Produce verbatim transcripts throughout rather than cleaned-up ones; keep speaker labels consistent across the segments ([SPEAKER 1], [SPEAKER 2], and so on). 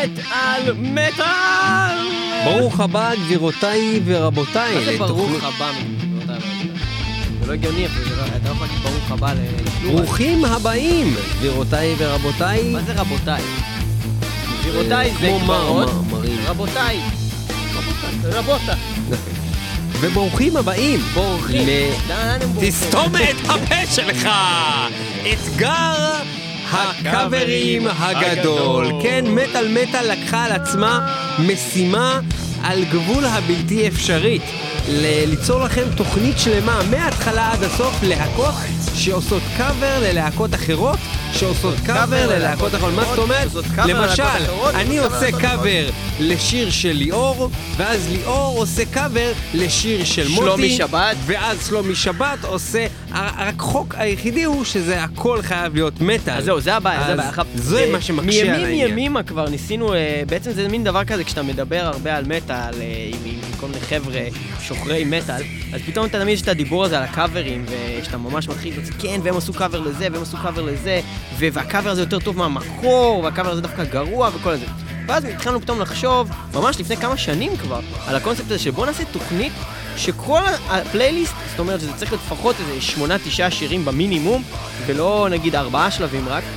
[SPEAKER 1] מטל מטל.
[SPEAKER 2] ברוך הבא גבירותיי ורבותיי.
[SPEAKER 1] מה זה ברוך הבא גבירותיי ורבותיי? זה לא הגיוני, אתה לא יכול להגיד ברוך הבא לפלורל.
[SPEAKER 2] ברוכים הבאים גבירותיי ורבותיי.
[SPEAKER 1] מה זה רבותיי? גבירותיי זה גברות, רבותיי רבותה.
[SPEAKER 2] וברוכים הבאים.
[SPEAKER 1] בורחים.
[SPEAKER 2] תסתום את הפה שלך. אתגר הקאברים הגדול. כן, מטל מטל לקחה על עצמה משימה על גבול הבלתי אפשרית, ליצור לכם תוכנית שלמה מההתחלה עד הסוף, להקות שעושות קאבר ללהקות אחרות שעושות קאבר ללהקות אחרות. מה זאת אומרת? למשל, אני עושה קאבר לשיר של ליאור, ואז ליאור עושה קאבר לשיר של מוטי,
[SPEAKER 1] שלומי שבת,
[SPEAKER 2] ואז שלומי שבת עושה. רק חוק היחידי הוא שזה הכל חייב להיות מטל.
[SPEAKER 1] אז זהו, זה הבעיה, זה הבעיה.
[SPEAKER 2] זה מה שמקשה על העניין.
[SPEAKER 1] מימים ימימה כבר ניסינו, בעצם זה מין דבר כזה, כשאתה מדבר הרבה על מטל עם כל מיני חבר'ה שוחרי מטל, אז פתאום אתה תמיד יש את הדיבור הזה על הקאברים, ושאתה ממש מתחיל לצאת, כן, והם עשו קאבר לזה, והם עשו קאבר לזה, והקאבר הזה יותר טוב מהמקור, והקאבר הזה דווקא גרוע וכל זה. ואז התחלנו פתאום לחשוב, ממש לפני כמה שנים כבר, על הקונספט הזה שבוא נעשה תוכנית שכל הפלייליסט, זאת אומרת שזה צריך לפחות איזה שמונה, תשעה שירים במינימום, ולא נגיד ארבעה שלבים רק,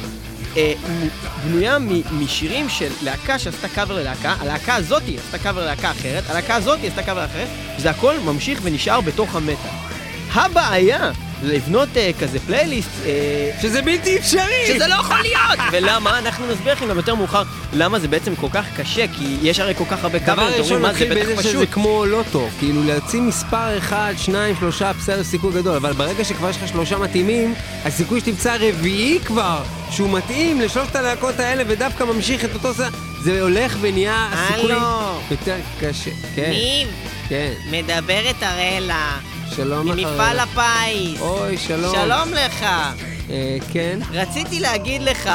[SPEAKER 1] בנויה משירים של להקה שעשתה קאבר ללהקה, הלהקה הזאת עשתה קאבר ללהקה אחרת, הלהקה הזאת עשתה קאבר אחרת, וזה הכל ממשיך ונשאר בתוך המטה. הבעיה לבנות uh, כזה פלייליסט uh,
[SPEAKER 2] שזה בלתי אפשרי,
[SPEAKER 1] שזה לא יכול להיות. ולמה? אנחנו נסביר לכם גם יותר מאוחר למה זה בעצם כל כך קשה, כי יש הרי כל כך הרבה קאברים.
[SPEAKER 2] דבר ראשון מתחיל בזה שזה כמו לוטו, כאילו להוציא מספר אחד, שניים, שלושה, בסדר, סיכוי גדול, אבל ברגע שכבר יש לך שלושה מתאימים, הסיכוי שתמצא רביעי כבר שהוא מתאים לשלושת הלהקות האלה ודווקא ממשיך את אותו סדר, זה הולך ונהיה הסיכוי יותר קשה. כן.
[SPEAKER 1] ניב,
[SPEAKER 2] כן.
[SPEAKER 1] מדברת הרלה
[SPEAKER 2] שלום
[SPEAKER 1] ממפעל הפיס.
[SPEAKER 2] אוי, שלום.
[SPEAKER 1] שלום לך.
[SPEAKER 2] אה, כן.
[SPEAKER 1] רציתי להגיד לך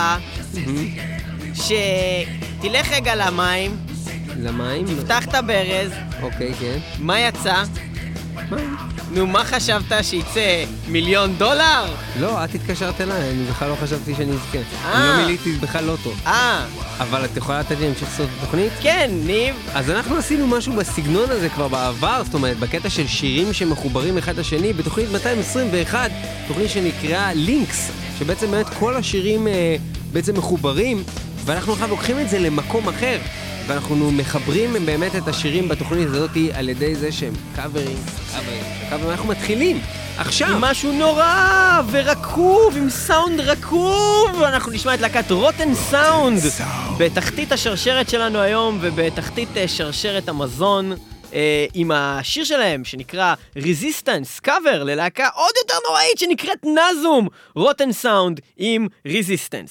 [SPEAKER 1] שתלך רגע למים.
[SPEAKER 2] למים?
[SPEAKER 1] תפתח את הברז.
[SPEAKER 2] אוקיי, כן.
[SPEAKER 1] מה יצא?
[SPEAKER 2] מים.
[SPEAKER 1] נו, מה חשבת שיצא? מיליון דולר?
[SPEAKER 2] לא, את התקשרת אליי, אני בכלל לא חשבתי שאני אזכה.
[SPEAKER 1] אה.
[SPEAKER 2] אני לא מיליתי בכלל לא טוב.
[SPEAKER 1] אה.
[SPEAKER 2] אבל את יכולה לתת לי להמשיך לעשות את התוכנית?
[SPEAKER 1] כן, ניב.
[SPEAKER 2] אז אנחנו עשינו משהו בסגנון הזה כבר בעבר, זאת אומרת, בקטע של שירים שמחוברים אחד לשני, בתוכנית מאתיים עשרים ואחת, תוכנית שנקראה לינקס, שבעצם באמת כל השירים אה, בעצם מחוברים, ואנחנו עכשיו לוקחים את זה למקום אחר, ואנחנו מחברים באמת את השירים בתוכנית הזאת על ידי זה שהם קאברים, קאברים, קאברים, אנחנו מתחילים. עכשיו
[SPEAKER 1] עם משהו נורא ורקוב, עם סאונד רקוב. אנחנו נשמע את להקת רוטן סאונד בתחתית השרשרת שלנו היום, ובתחתית שרשרת המזון, אה, עם השיר שלהם שנקרא ריזיסטנס, קאבר ללהקה עוד יותר נוראית שנקראת נזום. רוטן סאונד עם ריזיסטנס.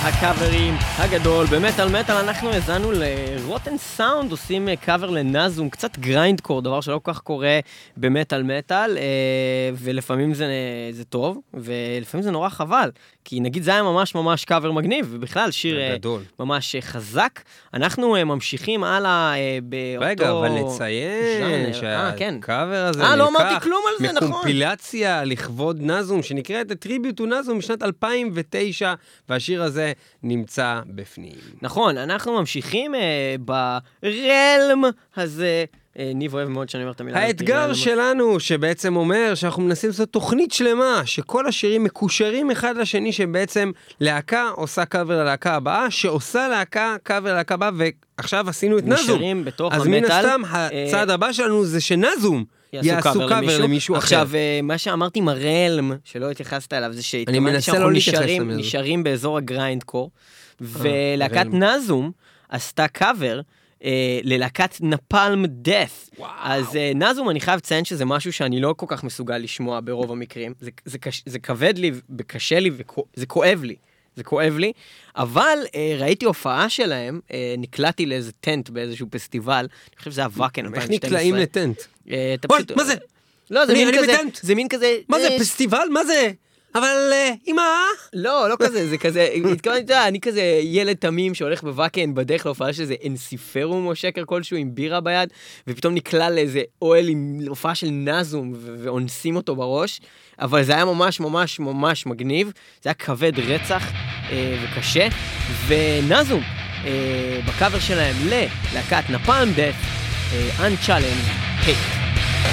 [SPEAKER 1] הקאברים הגדול במטל מטל. אנחנו הזנו לרוטן סאונד, עושים קאבר לנזום, קצת גריינדקור, דבר שלא כל כך קורה במטל מטל, ולפעמים זה, זה טוב, ולפעמים זה נורא חבל, כי נגיד זה היה ממש ממש קאבר מגניב, ובכלל שיר גדול. ממש חזק. אנחנו ממשיכים הלאה באותו...
[SPEAKER 2] רגע, אבל לציין שהקאבר הזה
[SPEAKER 1] אה, לא אמרתי כלום על זה, נכון.
[SPEAKER 2] מקומפילציה לכבוד נזום, שנקראת Tribute to נזום משנת אלפיים ותשע, והשיר הזה נמצא בפנים.
[SPEAKER 1] נכון, אנחנו ממשיכים אה, ברלם הזה. אה, ניב אוהב מאוד שאני אומר את המילה.
[SPEAKER 2] האתגר שלנו, שבעצם אומר שאנחנו מנסים לעשות תוכנית שלמה, שכל השירים מקושרים אחד לשני, שבעצם להקה עושה קאבר ללהקה הבאה, שעושה להקה קאבר ללהקה הבאה, ועכשיו עשינו את נזום.
[SPEAKER 1] נשארים בתוך
[SPEAKER 2] אז
[SPEAKER 1] המטל.
[SPEAKER 2] מן הסתם, הצעד הבא שלנו זה שנזום יעשו קאבר למישהו אחר.
[SPEAKER 1] עכשיו, מה שאמרתי עם הרלם, שלא התייחסת אליו, זה שהתכוונתי שאנחנו נשארים, נשארים באזור הגריינדקור, ולהקת נזום עשתה קאבר ללהקת נפלם דף. אז נזום, אני חייב לציין שזה משהו שאני לא כל כך מסוגל לשמוע ברוב המקרים. זה כבד לי, קשה לי, זה כואב לי. זה כואב לי, אבל אה, ראיתי הופעה שלהם, אה, נקלעתי לאיזה טנט באיזשהו פסטיבל, אני חושב שזה היה וואקן אלפיים ושתים עשרה.
[SPEAKER 2] איך נקלעים לטנט?
[SPEAKER 1] אה,
[SPEAKER 2] פשוט... מה זה?
[SPEAKER 1] לא, זה
[SPEAKER 2] אני,
[SPEAKER 1] מין
[SPEAKER 2] אני
[SPEAKER 1] כזה,
[SPEAKER 2] בטנט.
[SPEAKER 1] זה מין כזה...
[SPEAKER 2] מה זה,
[SPEAKER 1] אה,
[SPEAKER 2] פסטיבל? מה זה? אבל אמא...
[SPEAKER 1] לא, לא כזה, זה כזה, התכוונתי, אני כזה ילד תמים שהולך בוואקן בדרך להופעה שזה אנסיפרום או שקר כלשהו עם בירה ביד, ופתאום נקלע לאיזה אוהל עם הופעה של נזום, ואונסים אותו בראש, אבל זה היה ממש ממש ממש מגניב, זה היה כבד רצח אה, וקשה, ונזום אה, בקאבר שלהם ללהקת נפלם דף, אה, Unchallenged Hate.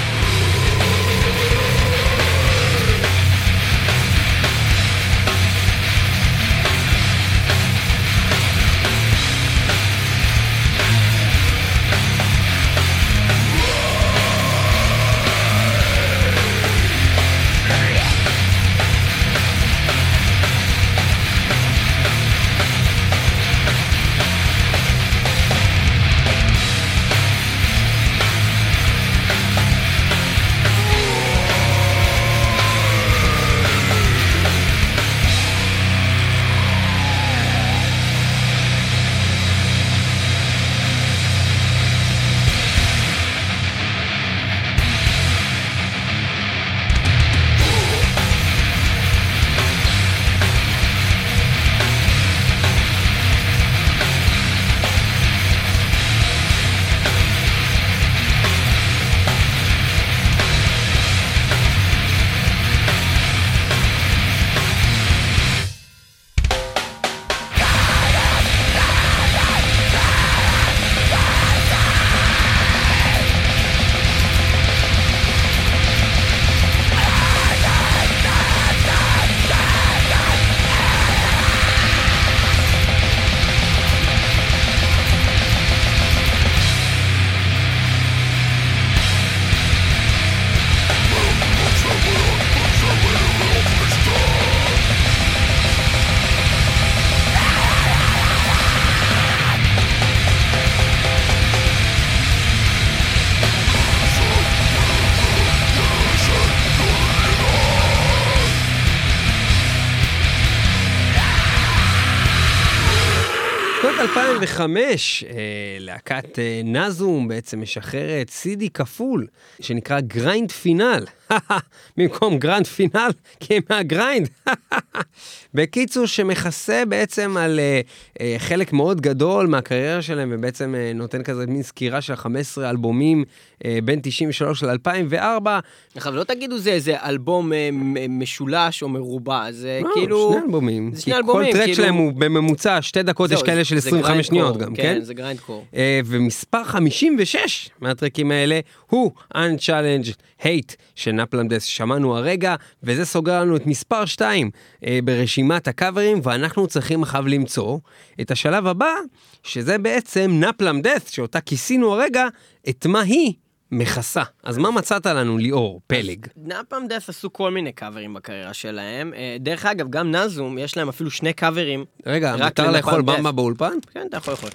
[SPEAKER 2] אלפיים וחמש, להקת נזום בעצם משחררת סידי כפול, שנקרא גריינד פינל. במקום גרנד פינל, כי הם מהגריינד. בקיצור, שמכסה בעצם על uh, חלק מאוד גדול מהקריירה שלהם, ובעצם uh, נותן כזה מין סקירה של חמישה עשר אלבומים uh, בין תשעים ושלוש ל-אלפיים וארבע.
[SPEAKER 1] עכשיו, לא תגידו זה איזה אלבום uh, משולש או מרובע, זה לא, כאילו...
[SPEAKER 2] שני אלבומים.
[SPEAKER 1] זה שני אלבומים.
[SPEAKER 2] כל טרק
[SPEAKER 1] כאילו...
[SPEAKER 2] שלהם הוא בממוצע, שתי דקות, יש כאלה של עשרים וחמש שניות גם, כן?
[SPEAKER 1] כן, זה גריינד קור.
[SPEAKER 2] Uh, ומספר חמישים ושש מהטרקים האלה הוא Unchallenged Hate, שנפלם דף שמענו הרגע, וזה סוגר לנו את מספר שתיים אה, ברשימת הקאברים, ואנחנו צריכים אחר למצוא את השלב הבא, שזה בעצם נפלם דף, שאותה כיסינו הרגע, את מה היא מכסה. אז מה מצאת לנו, ליאור, פלג?
[SPEAKER 1] נפלם דף עשו כל מיני קאברים בקריירה שלהם. דרך אגב, גם נזום, יש להם אפילו שני קאברים.
[SPEAKER 2] רגע, מותר לאכול במבה באולפן?
[SPEAKER 1] כן, אתה יכול לאכול.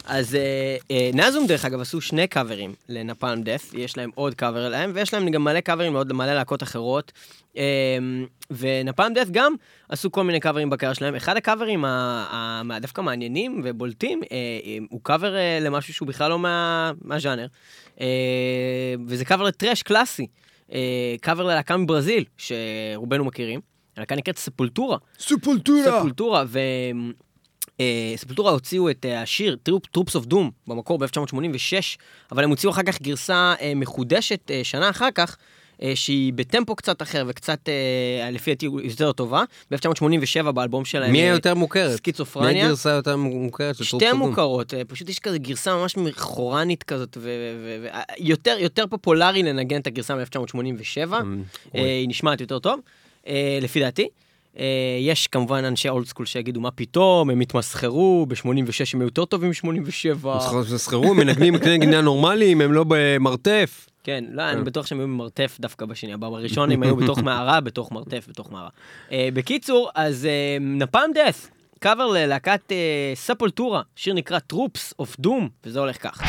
[SPEAKER 1] אז נאזום דרך אגב עשו שני קאברים לנפלם דף, יש להם עוד קאבר אליהם, ויש להם גם מלא קאברים לעוד מלא להקות אחרות, ונפלם דף גם עשו כל מיני קאברים בקריירה שלהם. אחד הקאברים דווקא מעניינים ובולטים, הוא קאבר למשהו שהוא בכלל לא מהז'אנר, וזה קאבר לטרש קלאסי, קאבר ללהקה מברזיל, שרובנו מכירים, הלהקה נקראת ספולטורה.
[SPEAKER 2] ספולטורה!
[SPEAKER 1] ספולטורה, ו... ספולטורה הוציאו את השיר טרופס אוף דום במקור ב-אלף תשע מאות שמונים ושש, אבל הם הוציאו אחר כך גרסה מחודשת שנה אחר כך, שהיא בטמפו קצת אחר וקצת לפי דעתי יותר טובה, ב-אלף תשע מאות שמונים ושבע באלבום שלהם.
[SPEAKER 2] מי יותר מוכרת?
[SPEAKER 1] סקיצופרניה.
[SPEAKER 2] מי הגרסה יותר מוכרת של טרופס אוף דום?
[SPEAKER 1] שתי מוכרות, פשוט יש כזה גרסה ממש חורנית כזאת, ויותר פופולרי לנגן את הגרסה ב-אלף תשע מאות שמונים ושבע, היא נשמעת יותר טוב, לפי דעתי. יש כמובן אנשי אולד סקול שיגידו מה פתאום, הם התמסחרו, ב-שמונים ושש הם יותר טובים מ-שמונים ושבע.
[SPEAKER 2] התמסחרו, הם מנגנים כלי נגינה נורמליים, הם לא במרתף.
[SPEAKER 1] כן, לא, אני בטוח שהם היו במרתף דווקא בשני, הבא בראשון הם היו בתוך מערה, בתוך מרתף, בתוך מערה. בקיצור, אז נפלם דף, קאבר ללהקת ספולטורה, שיר נקרא טרופס אוף דום, וזה הולך כך.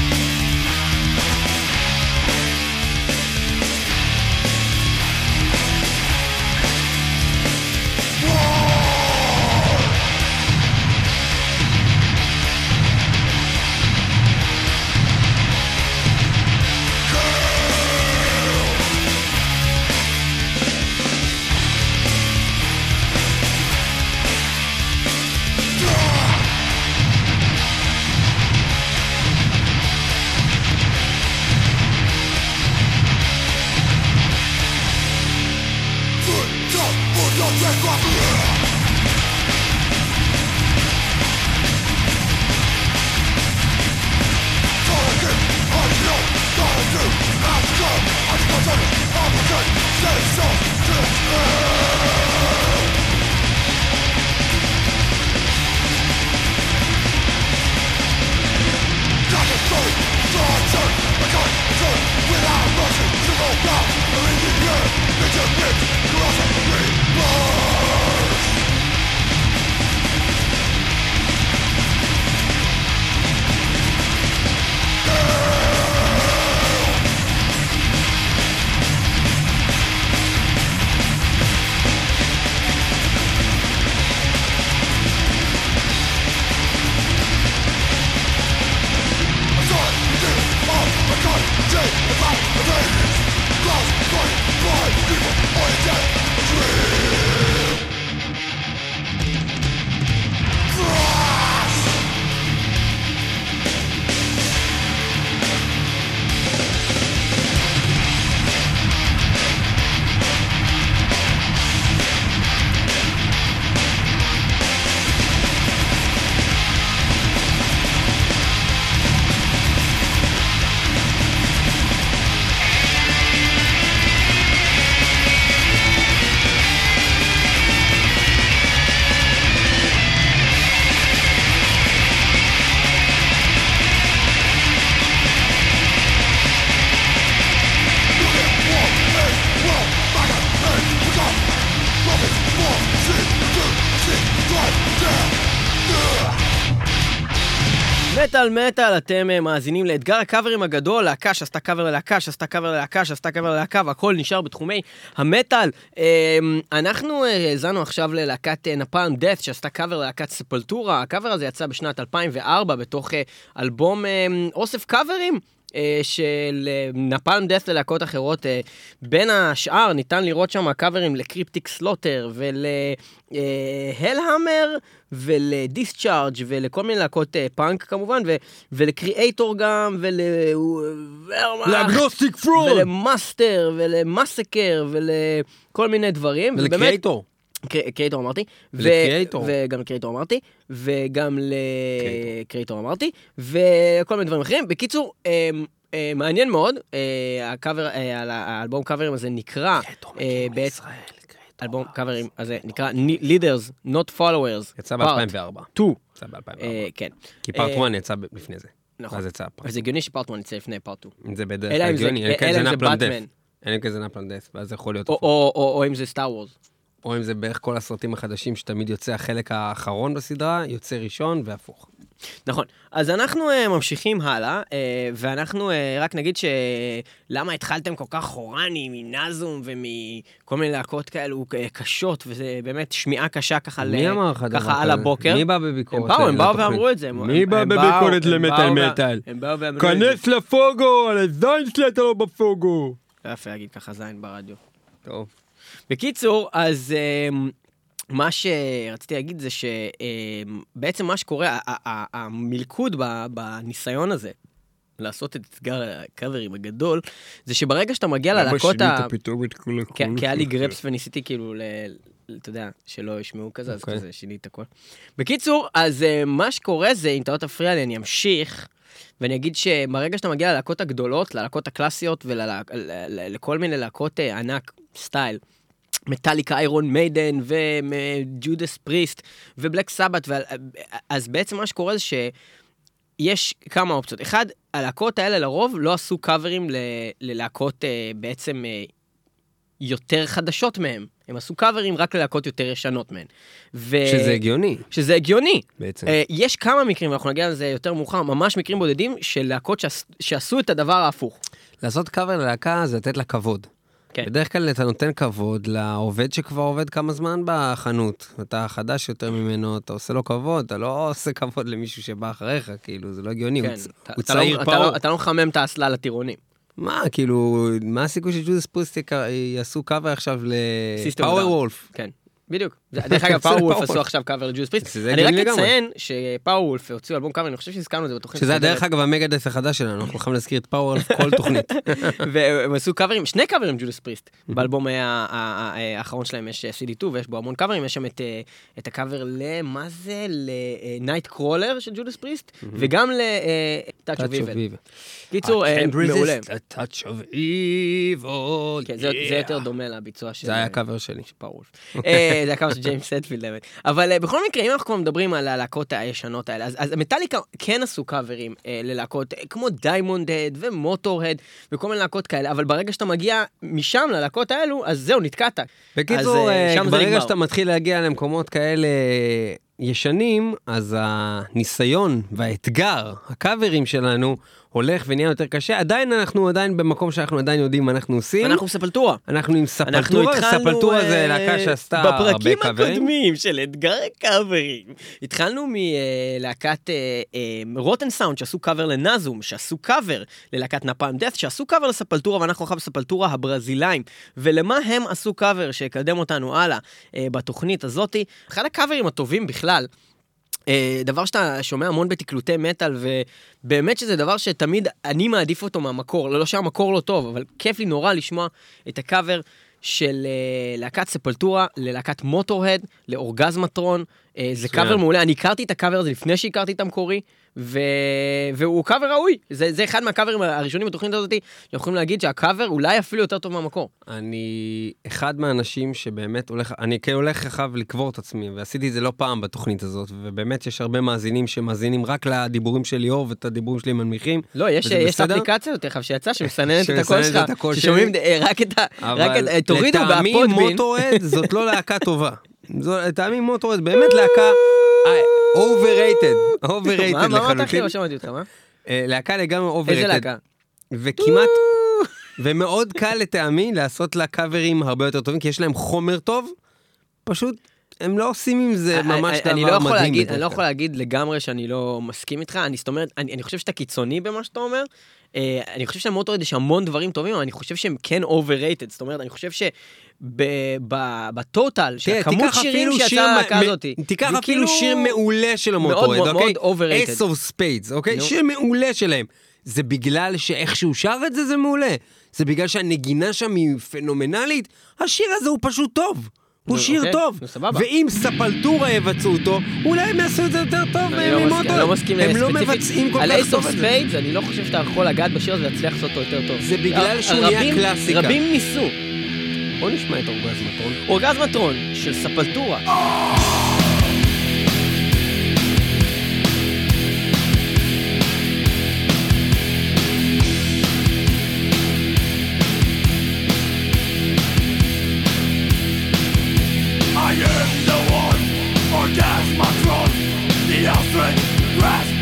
[SPEAKER 1] מטל מטל, אתם מאזינים לאתגר הקאברים הגדול, להקה שעשתה קאבר ללהקה, שעשתה קאבר ללהקה, שעשתה קאבר ללהקה, והכל נשאר בתחומי המטל. אנחנו הזנו עכשיו ללהקת נפלם דף, שעשתה קאבר ללהקת ספולטורה. הקאבר הזה יצא בשנת אלפיים וארבע בתוך אלבום אוסף קאברים של נפלם דף ללהקות אחרות. בין השאר ניתן לראות שם קאברים לקריפטיק סלוטר ולהלהמר ולדיסצ'ארג' ולכל מיני להקות פאנק כמובן, ולקריאייטור גם,
[SPEAKER 2] לאגנוסטיק פרוד,
[SPEAKER 1] ולמאסטר ולמאסקר ולכל מיני דברים.
[SPEAKER 2] ולקריאייטור.
[SPEAKER 1] קריאייטור אמרתי, וגם לקריאייטור אמרתי, וגם לקריאייטור אמרתי, וכל מיני דברים אחרים. בקיצור, מעניין מאוד, האלבום קאברים הזה נקרא, האלבום קאברים הזה נקרא Leaders, Not Followers.
[SPEAKER 2] יצא ב-אלפיים וארבע.
[SPEAKER 1] שתיים.
[SPEAKER 2] יצא ב-אלפיים וארבע.
[SPEAKER 1] כן.
[SPEAKER 2] כי פארט אחת יצא לפני זה.
[SPEAKER 1] נכון.
[SPEAKER 2] אז יצא פארט.
[SPEAKER 1] וזה הגיוני שפארט אחת יצא לפני פארט שתיים.
[SPEAKER 2] זה בדרך כלל הגיוני, אלא אם זה באטמן. אלא אם זה נפלם דף, ואז זה יכול להיות...
[SPEAKER 1] או אם זה סטאר וורס.
[SPEAKER 2] או אם זה בערך כל הסרטים החדשים שתמיד יוצא החלק האחרון בסדרה, יוצא ראשון והפוך.
[SPEAKER 1] נכון, אז אנחנו uh, ממשיכים הלאה, uh, ואנחנו uh, רק נגיד שלמה התחלתם כל כך חורני מנזום ומכל מיני להקות כאלו uh, קשות, וזה באמת שמיעה קשה ככה,
[SPEAKER 2] מי אמר לך דבר
[SPEAKER 1] ככה על הבוקר.
[SPEAKER 2] מי בא בביקורת?
[SPEAKER 1] הם באו, הם באו ואמרו את זה.
[SPEAKER 2] מי בא בביקורת למטל מטל?
[SPEAKER 1] הם באו ואמרו את זה.
[SPEAKER 2] כנס לפוגו, על הזין שלי אתה לא בפוגו.
[SPEAKER 1] יפה להגיד ככה זין ברדיו.
[SPEAKER 2] טוב.
[SPEAKER 1] בקיצור, אז... מה שרציתי להגיד זה שבעצם מה שקורה, המלכוד בניסיון הזה, לעשות את אתגר הקאברים הגדול, זה שברגע שאתה מגיע ללהקות ה... כי היה לי גרפס וניסיתי כאילו, אתה יודע, שלא ישמעו כזה, אז כזה שינית הכל. בקיצור, אז מה שקורה זה, אם אתה לא תפריע לי, אני אמשיך, ואני אגיד שברגע שאתה מגיע ללהקות הגדולות, ללהקות הקלאסיות ולכל מיני להקות ענק, סטייל, מטליקה, איירון מיידן, וג'ודס פריסט, ובלק סבת, אז בעצם מה שקורה זה שיש כמה אופציות. אחד, הלהקות האלה לרוב לא עשו קאברים ללהקות בעצם יותר חדשות מהם. הם עשו קאברים רק ללהקות יותר ישנות מהן.
[SPEAKER 2] שזה הגיוני.
[SPEAKER 1] שזה הגיוני.
[SPEAKER 2] בעצם.
[SPEAKER 1] יש כמה מקרים, ואנחנו נגיע לזה יותר מאוחר, ממש מקרים בודדים של להקות שעשו את הדבר ההפוך.
[SPEAKER 2] לעשות קאבר ללהקה זה לתת לה כבוד. כן. בדרך כלל אתה נותן כבוד לעובד שכבר עובד כמה זמן בחנות. אתה חדש יותר ממנו, אתה עושה לו כבוד, אתה לא עושה כבוד למישהו שבא אחריך, כאילו, זה לא הגיוני.
[SPEAKER 1] כן.
[SPEAKER 2] הוא,
[SPEAKER 1] אתה,
[SPEAKER 2] הוא
[SPEAKER 1] אתה
[SPEAKER 2] צעיר
[SPEAKER 1] לא,
[SPEAKER 2] פאור.
[SPEAKER 1] אתה לא, אתה לא מחמם את האסלה לטירונים.
[SPEAKER 2] מה, כאילו, מה הסיכוי שג'ודס פריסט יעשו קאבר עכשיו לפאוור וולף?
[SPEAKER 1] כן. בדיוק. דרך אגב, פאוור וולף עשו עכשיו קאבר לג'ודס פריסט. אני רק אציין שפאוור וולף הוציאו אלבום קאבר, אני חושב שהזכרנו את זה בתוכנית.
[SPEAKER 2] שזה דרך אגב המגדס החדש שלנו, אנחנו יכולים להזכיר את פאוור וולף כל תוכנית.
[SPEAKER 1] והם עשו קאברים, שני קאברים לג'ודס פריסט. באלבום האחרון שלהם יש סי די טו, ויש בו המון קאברים, יש שם את הקאבר למה זה? לנייט קרולר של ג'ודס פריסט, וגם ל-Touch of Evil. קיצור, מעולה.
[SPEAKER 2] Touch of Evil.
[SPEAKER 1] זה יותר דומה לביצוע של...
[SPEAKER 2] זה היה הקאבר שלי.
[SPEAKER 1] פאוור וולף. זה הקאבר של ג'יימס סטפילד, באמת. אבל בכל מקרה, אם אנחנו כבר מדברים על הלהקות הישנות האלה, אז מטליקה כן עשו קאברים ללהקות כמו דיימונד הד ומוטור הד וכל מיני להקות כאלה, אבל ברגע שאתה מגיע משם ללהקות האלו, אז זהו, נתקעת.
[SPEAKER 2] בקיצור, ברגע שאתה מתחיל להגיע למקומות כאלה ישנים, אז הניסיון והאתגר, הקאברים שלנו, הולך ונהיה יותר קשה. עדיין אנחנו עדיין במקום שאנחנו עדיין יודעים מה אנחנו עושים.
[SPEAKER 1] אנחנו ספלטורה.
[SPEAKER 2] אנחנו עם ספלטורה, ספלטורה זה להקה שעשתה הרבה קאברים.
[SPEAKER 1] בפרקים הקודמים של אתגר הקאברים. התחלנו מלהקת רוטן סאונד, שעשו קאבר לנזום, שעשו קאבר ללהקת נפאלם דאת', שעשו קאבר לספלטורה, ואנחנו אחר בספלטורה הברזילאים. ולמה הם עשו קאבר שיקדם אותנו הלאה בתוכנית הזאת? אחד הקאברים הטובים בכלל, דבר שאתה שומע המון בתקלוטי מטל, ובאמת שזה דבר שתמיד אני מעדיף אותו מהמקור, לא שהמקור לא טוב, אבל כיף לי נורא לשמוע את הקאבר של להקת ספלטורה, ללהקת מוטורד, לאורגזמטרון, זה קאבר מעולה, אני הכרתי את הקאבר הזה לפני שהכרתי את המקורי, ו... והוא קאבר ראוי, זה, זה אחד מהקאברים הראשונים בתוכנית הזאת, שיכולים להגיד שהקאבר אולי אפילו יותר טוב מהמקור.
[SPEAKER 2] אני אחד מהאנשים שבאמת הולך, אני כאילו הולך אחריו לקבור את עצמי, ועשיתי את זה לא פעם בתוכנית הזאת, ובאמת יש הרבה מאזינים שמאזינים רק לדיבורים של ליאור, ואת הדיבורים שלי מנמיכים.
[SPEAKER 1] לא, יש, יש אפליקציה יותר חב שיצא, שמסננת את הקול שלך, ששומעים רק את ה... רק את... תורידו
[SPEAKER 2] לטעמי מוטורד זאת לא להקה טובה. לטעמי מוטורד באמת להקה... overrated, overrated לחלוטין.
[SPEAKER 1] מה אמרת אחי? לא שמעתי אותך, מה?
[SPEAKER 2] להקה לגמרי overrated.
[SPEAKER 1] איזה להקה?
[SPEAKER 2] וכמעט, ומאוד קל לטעמי לעשות לה קאברים הרבה יותר טובים, כי יש להם חומר טוב, פשוט הם לא עושים עם זה ממש דבר מדהים.
[SPEAKER 1] אני לא יכול להגיד לגמרי שאני לא מסכים איתך, אני זאת אומרת, אני חושב שאתה קיצוני במה שאתה אומר, אני חושב שהמוטורד יש המון דברים טובים, אבל אני חושב שהם כן overrated, זאת אומרת, אני חושב ש... בטוטל, שהכמות שירים שיצאה מהקה הזאת,
[SPEAKER 2] תיקח אפילו שיר מעולה של המוטורד,
[SPEAKER 1] מאוד מאוד overrated.
[SPEAKER 2] Ace of Spades, אוקיי? שיר מעולה שלהם. זה בגלל שאיך שהוא שר את זה, זה מעולה. זה בגלל שהנגינה שם היא פנומנלית. השיר הזה הוא פשוט טוב. הוא שיר טוב. ואם ספלטורה יבצעו אותו, אולי הם יעשו את זה יותר טוב ממוטורד.
[SPEAKER 1] אני לא מסכים
[SPEAKER 2] הם לא מבצעים כל כך טוב
[SPEAKER 1] את זה. על Ace of Spades, אני לא חושב שאתה יכול לגעת בשיר הזה ולהצליח לעשות אותו יותר טוב.
[SPEAKER 2] זה בגלל שהוא נהיה קלאסיקה.
[SPEAKER 1] רבים ניסו.
[SPEAKER 2] בוא נשמע את אורגזמטרון.
[SPEAKER 1] אורגזמטרון של ספלטורה.
[SPEAKER 3] I am the one, Orgasmatron, the ostrich, grasp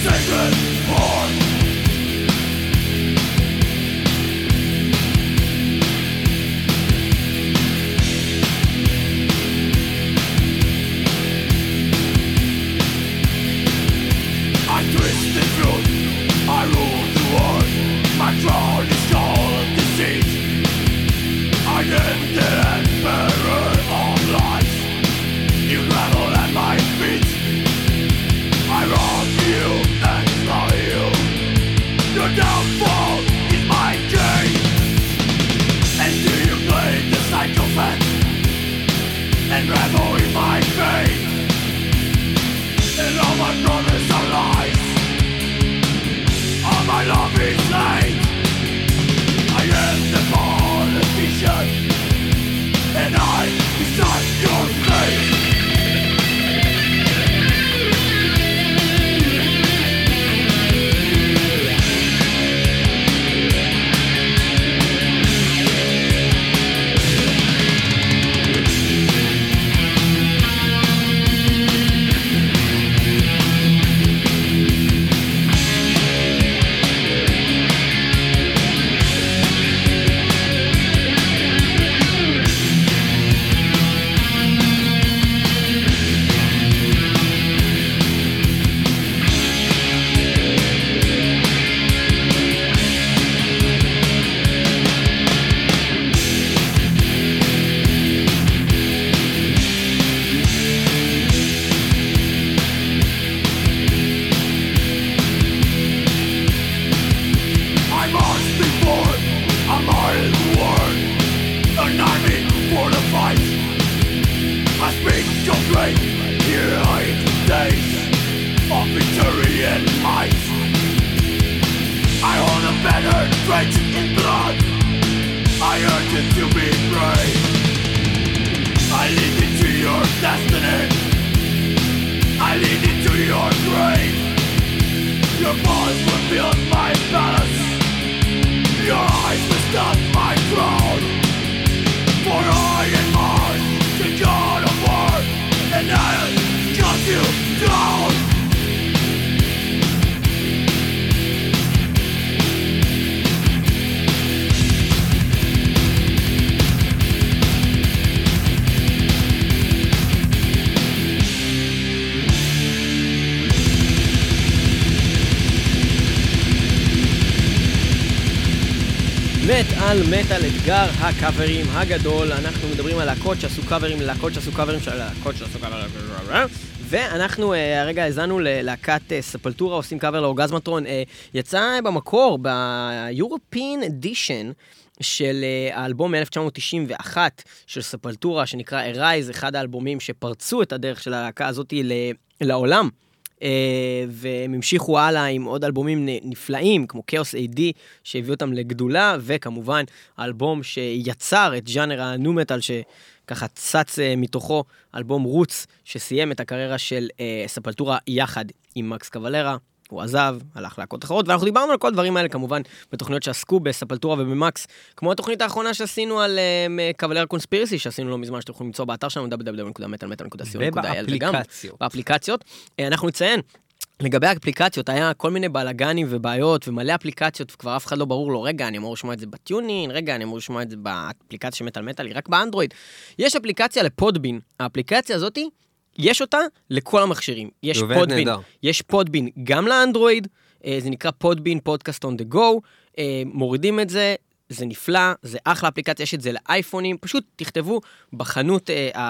[SPEAKER 1] מטאל מטאל אתגר הקאברים הגדול. אנחנו מדברים על להקות שעשו קאברים ללהקות שעשו קאברים של להקות שעשו קאברים, ואנחנו הרגע הזנו ללהקת ספלטורה עושים קאבר לאורגזמטרון. יצא במקור ב-European Edition של האלבום מ-אלף תשע מאות תשעים ואחת של ספלטורה שנקרא Arise, אחד האלבומים שפרצו את הדרך של הלהקה הזאת לעולם. והם המשיכו הלאה עם עוד אלבומים נפלאים, כמו כאוס איי די, שהביאו אותם לגדולה, וכמובן, האלבום שיצר את ז'אנר הנו-מטל, שככה צץ מתוכו, אלבום רוץ, שסיים את הקריירה של ספלטורה יחד עם מקס קוולרה. הוא עזב, הלך להקות אחרות, ואנחנו דיברנו על כל הדברים האלה, כמובן, בתוכניות שעסקו בספלטורה ובמקס, כמו התוכנית האחרונה שעשינו על קוולרה קונספירסי, שעשינו לא מזמן, שאתם יכולים למצוא באתר שלנו, דאבליו דאבליו דאבליו נקודה מטאל מטאל נקודה סי או נקודה איי אל,
[SPEAKER 2] ובאפליקציות.
[SPEAKER 1] באפליקציות. אנחנו נציין, לגבי האפליקציות, היה כל מיני בלגנים ובעיות, ומלא אפליקציות, וכבר אף אחד לא ברור לו, רגע, אני אמור לשמוע את זה בטיונין, רגע, אני אמור לשמוע את זה באפליקציה של מטאל מטאל, רק באנדרואיד. יש אפליקציה לפודבין. האפליקציה הזאת יש אותה לכל המכשירים. יש פודבין, יש פודבין גם לאנדרואיד, זה נקרא פודבין, פודקאסט on the go, מורידים את זה, זה נפלא, זה אחלה אפליקציה, יש את זה לאייפונים, פשוט תכתבו בחנות,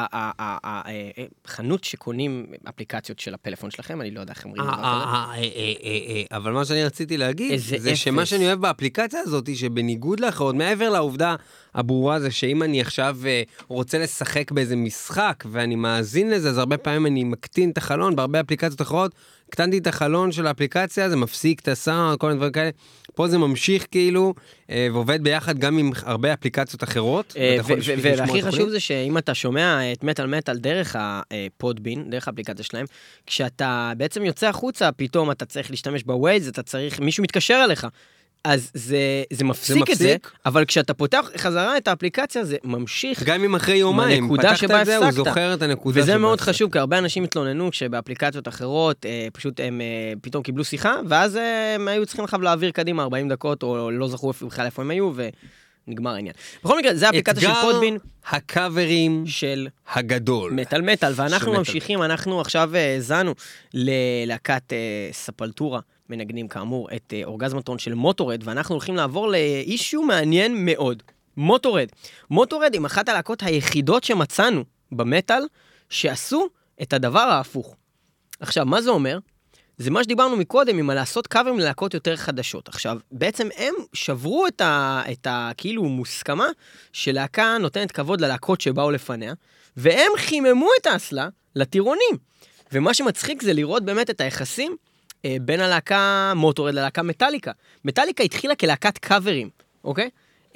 [SPEAKER 1] חנות שקונים אפליקציות של הפלאפון שלכם, אני לא יודע איך אומרים.
[SPEAKER 2] אבל מה שאני רציתי להגיד, זה שמה שאני אוהב באפליקציה הזאת, שבניגוד לאחרות, מעבר לעובדה הברורה זה שאם אני עכשיו רוצה לשחק באיזה משחק, ואני מאזין לזה, אז הרבה פעמים אני מקטין את החלון, בהרבה אפליקציות אחרות, קטנתי את החלון של האפליקציה, זה מפסיק את הסאונד, כל מיני דברים כאלה. פה זה ממשיך כאילו, ועובד ביחד גם עם הרבה אפליקציות אחרות.
[SPEAKER 1] והכי חשוב זה שאם אתה שומע את מטאל מטאל דרך הפודבין, דרך האפליקציה שלהם, כשאתה בעצם יוצא החוצה, פתאום אתה צריך להשתמש בווייז, אתה צריך, מישהו מתקשר אליך. אז זה, זה מפסיק את זה, אבל כשאתה פותח חזרה את האפליקציה, זה ממשיך.
[SPEAKER 2] גם אם אחרי יומיים, פתחת את זה, הוא זוכר את הנקודה
[SPEAKER 1] וזה מאוד חשוב, כי הרבה אנשים התלוננו שבאפליקציות אחרות, פשוט הם פתאום קיבלו שיחה, ואז הם היו צריכים לך להעביר קדימה ארבעים דקות, או לא זכרו בכלל איפה הם היו, ונגמר העניין. בכל מקרה, זה האפליקציה של פודבין.
[SPEAKER 2] הקאברים של הגדול.
[SPEAKER 1] מטל מטל, ואנחנו ממשיכים, אנחנו עכשיו זנו ללהקת ספלטורה, מנגנים כאמור את אורגזמטון של מוטורד, ואנחנו הולכים לעבור לאישו מעניין מאוד. מוטורד. מוטורד עם אחת הלהקות היחידות שמצאנו במטל, שעשו את הדבר ההפוך. עכשיו, מה זה אומר? זה מה שדיברנו מקודם, עם לעשות קאברים ללהקות יותר חדשות. עכשיו, בעצם הם שברו את ה, את ה, כאילו, מוסכמה, שלהקה נותנת כבוד ללהקות שבאו לפניה, והם חיממו את האסלה לטירונים. ומה שמצחיק זה לראות באמת את היחסים, בין הלהקה מוטורד ללהקה מטליקה. מטליקה התחילה כלהקת קאברים, אוקיי?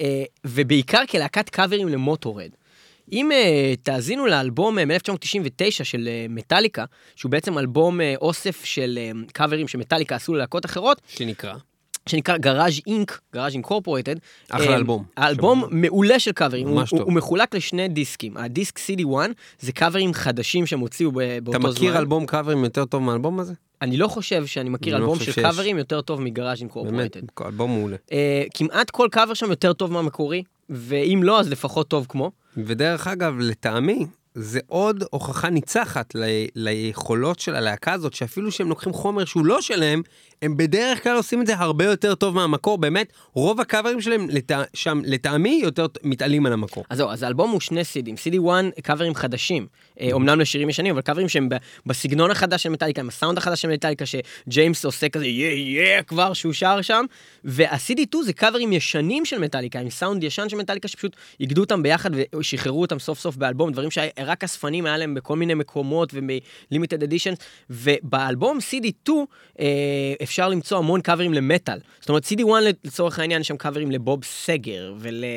[SPEAKER 1] ובעיקר כלהקת קאברים למוטורד. אם תאזינו לאלבום מ-אלף תשע מאות תשעים ותשע של מטליקה, שהוא בעצם אלבום אוסף של קאברים שמטליקה עשו ללהקות אחרות,
[SPEAKER 2] שנקרא?
[SPEAKER 1] שנקרא גראז' אינק, גראז' אינקורפורטד.
[SPEAKER 2] אחלה אלבום.
[SPEAKER 1] האלבום מעולה של קאברים, הוא מחולק לשני דיסקים. הדיסק סי די וואן זה קאברים חדשים שהם הוציאו באותו זמן.
[SPEAKER 2] אתה מכיר אלבום קאברים יותר טוב מהאלבום הזה?
[SPEAKER 1] אני לא חושב שאני מכיר אלבום של קאברים יותר טוב מגראז' אינקורפורטד.
[SPEAKER 2] באמת, אלבום מעולה.
[SPEAKER 1] כמעט כל קאבר שם יותר טוב מהמקורי, ואם לא, אז לפחות טוב כמו.
[SPEAKER 2] ודרך אגב, לטעמי, זה עוד הוכחה ניצחת ל- ליכולות של הלהקה הזאת, שאפילו שהם לוקחים חומר שהוא לא שלהם, הם בדרך כלל עושים את זה הרבה יותר טוב מהמקור, באמת, רוב הקאברים שלהם לת... שם לטעמי יותר מתעלים על המקור.
[SPEAKER 1] אז זהו, אז האלבום הוא שני סידים, סי די וואן קאברים חדשים, אומנם לשירים ישנים, אבל קאברים שהם בסגנון החדש של מטליקה, עם הסאונד החדש של מטליקה, שג'יימס עושה כזה, יא יא כבר שהוא שר שם, וה-סי די טו זה קאברים ישנים של מטליקה, עם סאונד ישן של מטליקה, שפשוט יגדו אותם ביחד ושחררו אותם סוף סוף באלבום, דברים שרק הספנים היה להם בכל מיני מקומות וב-limited editions, ובאלבום סי די טו אפשר למצוא המון קאברים למטל. זאת אומרת, סי די וואן לצורך העניין, יש שם קאברים לבוב סגר,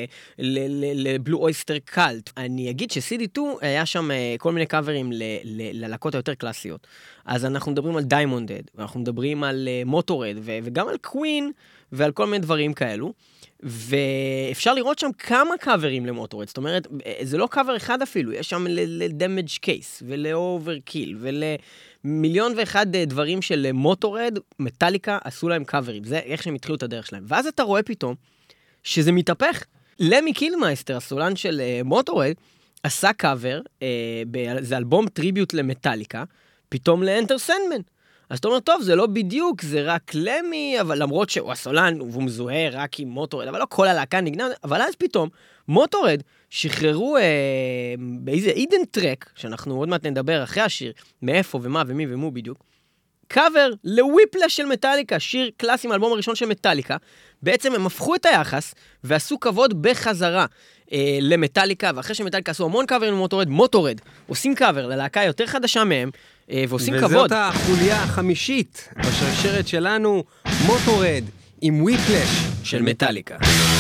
[SPEAKER 1] ולבלו אויסטר קלט. אני אגיד ש-סי די טו היה שם כל מיני קאברים ללהקות היותר קלאסיות. אז אנחנו מדברים על דיימונדד, ואנחנו מדברים על מוטורד, וגם על קווין, ועל כל מיני דברים כאלו. ואפשר לראות שם כמה קאברים למוטורד. זאת אומרת, זה לא קאבר אחד אפילו, יש שם לדמג' קייס, ולאוברקיל, ול... מיליון ואחד דברים של מוטורד, מטליקה, עשו להם קאברים. זה איך שהם התחילו את הדרך שלהם. ואז אתה רואה פתאום שזה מתהפך. למי קילמייסטר, הסולן של מוטורד, עשה קאבר, זה אלבום טריביוט למטליקה, פתאום לאנטר סנדמן. אז אתה אומר, טוב, זה לא בדיוק, זה רק למי, אבל למרות שהוא הסולן, והוא מזוהה רק עם מוטורד, אבל לא כל הלהקה נגנה, אבל אז פתאום, מוטורד שחררו אה, באיזה אידן טרק, שאנחנו עוד מעט נדבר אחרי השיר, מאיפה ומה ומי ומו בדיוק, קאבר לוויפלש של מטליקה, שיר קלאסי מהאלבום הראשון של מטליקה, בעצם הם הפכו את היחס, ועשו כבוד בחזרה אה, למטליקה, ואחרי שמטליקה עשו המון קאברים למוטורד, מוטורד עושים קאבר ללהקה יותר חדשה מהם, אה, ועושים
[SPEAKER 2] וזאת
[SPEAKER 1] כבוד.
[SPEAKER 2] וזאת החוליה החמישית בשרשרת שלנו, מוטורד עם וויפלש של מטליקה.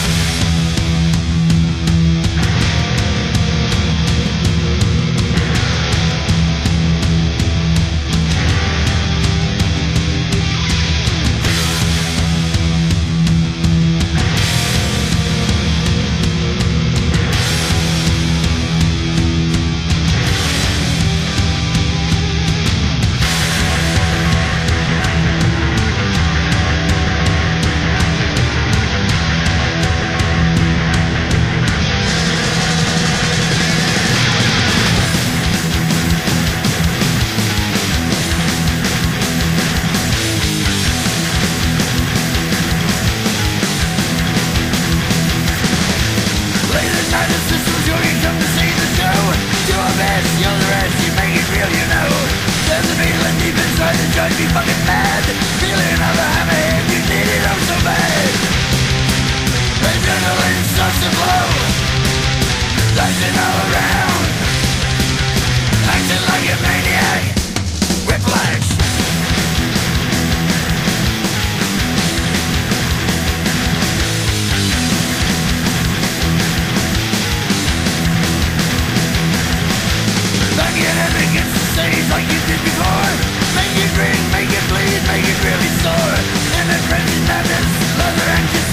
[SPEAKER 3] Like you did before, make it ring, make it bleed, make it really sore. In the frenzy madness, leather and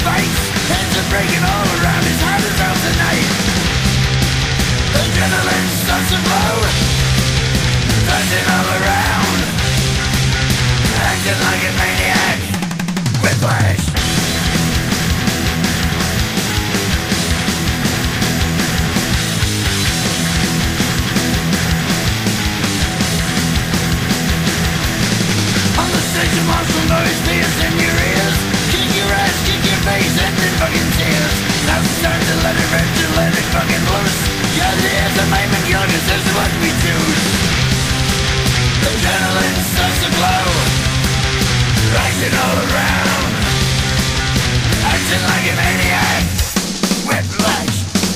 [SPEAKER 3] fucking tears. Now it's time to let it rip, to let it fucking loose. Yeah, there's a name and young, this is what we choose. Adrenaline starts to glow, rising all around, acting like a maniac. Whiplash.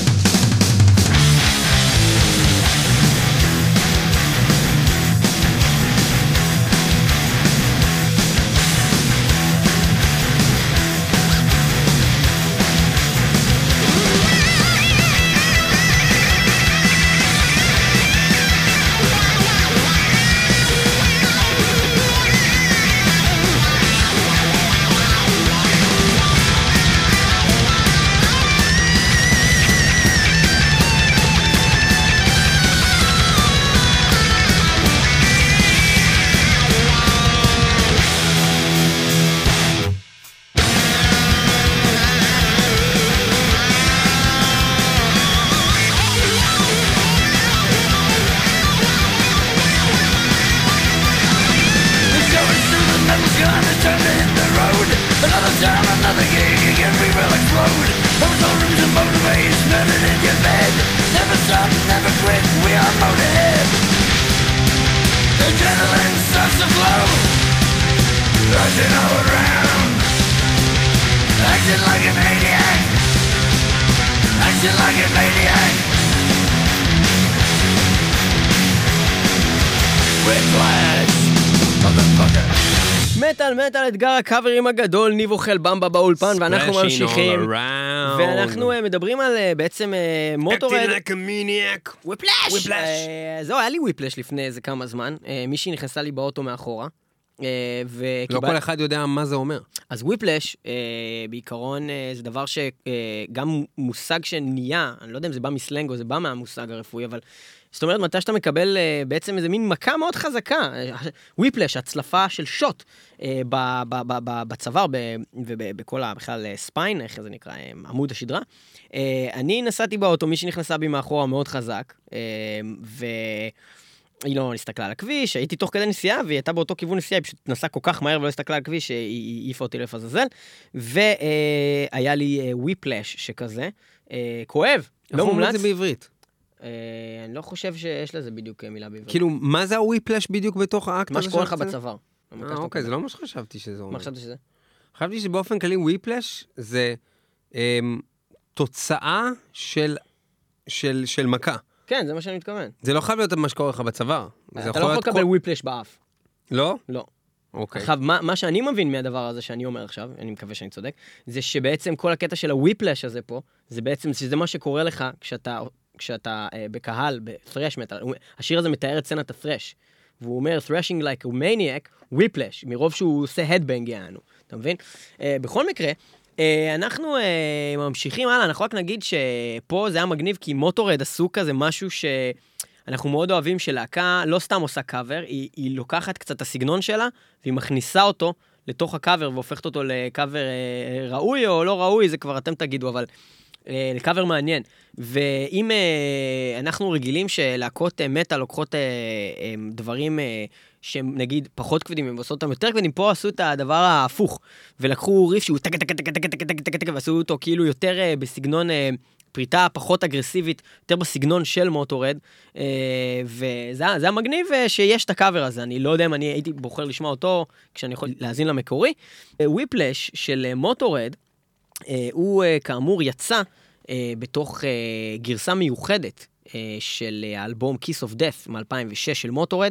[SPEAKER 1] מטל מטל אתגר הקאברים הגדול, ניב אוכל במבה באולפן, ואנחנו ממשיכים, ואנחנו מדברים על בעצם מוטורד.
[SPEAKER 2] Acting like a maniac.
[SPEAKER 1] וויפלש! זהו, היה לי וויפלש לפני איזה כמה זמן, מישהי נכנסה לי באוטו מאחורה.
[SPEAKER 2] לא כל אחד יודע מה זה אומר.
[SPEAKER 1] אז וויפלש, בעיקרון, זה דבר שגם מושג שנהיה, אני לא יודע אם זה בא מסלנג או זה בא מהמושג הרפואי, אבל זאת אומרת, מתי שאתה מקבל בעצם איזה מין מכה מאוד חזקה, וויפלש, הצלפה של שוט בצוואר ובכל בכלל ספיין, איך זה נקרא, עמוד השדרה. אני נסעתי באוטו, מי שנכנסה בי מאחורה מאוד חזק, והיא לא הסתכלה על הכביש, הייתי תוך כדי נסיעה, והיא הייתה באותו כיוון נסיעה, היא פשוט נסעה כל כך מהר ולא הסתכלה על הכביש, שהיא העיפה אותי לפזזל, והיה לי וויפלש שכזה, כואב, לא מומלץ.
[SPEAKER 2] זה בעברית?
[SPEAKER 1] אני לא חושב שיש לזה בדיוק מילה בעברית.
[SPEAKER 2] כאילו, מה זה הוויפלש בדיוק בתוך האקט?
[SPEAKER 1] מה שקורה לך בצוואר.
[SPEAKER 2] אה, אוקיי, זה לא מה שחשבתי שזה אומר.
[SPEAKER 1] מה חשבתי שזה?
[SPEAKER 2] חשבתי שבאופן כללי וויפלש זה תוצאה של מכה.
[SPEAKER 1] כן, זה מה שאני מתכוון.
[SPEAKER 2] זה לא חייב להיות מה שקורה לך בצוואר.
[SPEAKER 1] אתה לא יכול לקבל וויפלש באף.
[SPEAKER 2] לא?
[SPEAKER 1] לא.
[SPEAKER 2] אוקיי.
[SPEAKER 1] עכשיו, מה שאני מבין מהדבר הזה שאני אומר עכשיו, אני מקווה שאני צודק, זה שבעצם כל הקטע של הוויפלש הזה פה, זה בעצם, שזה מה שקורה לך כשאתה כשאתה uh, בקהל, ב-thrash metal, השיר הזה מתאר את סצנת ה-thrash, והוא אומר, thrashing like a maniac, whiplash, מרוב שהוא עושה headbang יענו, אתה מבין? Uh, בכל מקרה, uh, אנחנו uh, ממשיכים הלאה, אנחנו רק נגיד שפה זה היה מגניב, כי מוטורד עשו כזה משהו שאנחנו מאוד אוהבים שלהקה, לא סתם עושה קאבר, היא, היא לוקחת קצת את הסגנון שלה, והיא מכניסה אותו לתוך הקאבר, והופכת אותו לקאבר uh, ראוי או לא ראוי, זה כבר אתם תגידו, אבל לקאבר מעניין. ואם אנחנו רגילים שלהקות מטל לוקחות דברים שהם נגיד פחות כבדים, הם עושות אותם יותר כבדים, פה עשו את הדבר ההפוך, ולקחו ריף שהוא טק טק טק טק טק טק טק טק, ועשו אותו כאילו יותר בסגנון פריטה פחות אגרסיבית, יותר בסגנון של מוטורד, וזה המגניב שיש את הקאבר הזה, אני לא יודע אם אני הייתי בוחר לשמוע אותו, כשאני יכול להאזין למקורי. וויפלש של מוטורד, הוא כאמור יצא בתוך גרסה מיוחדת של האלבום Kiss of Death מ-אלפיים ושש של מוטורד.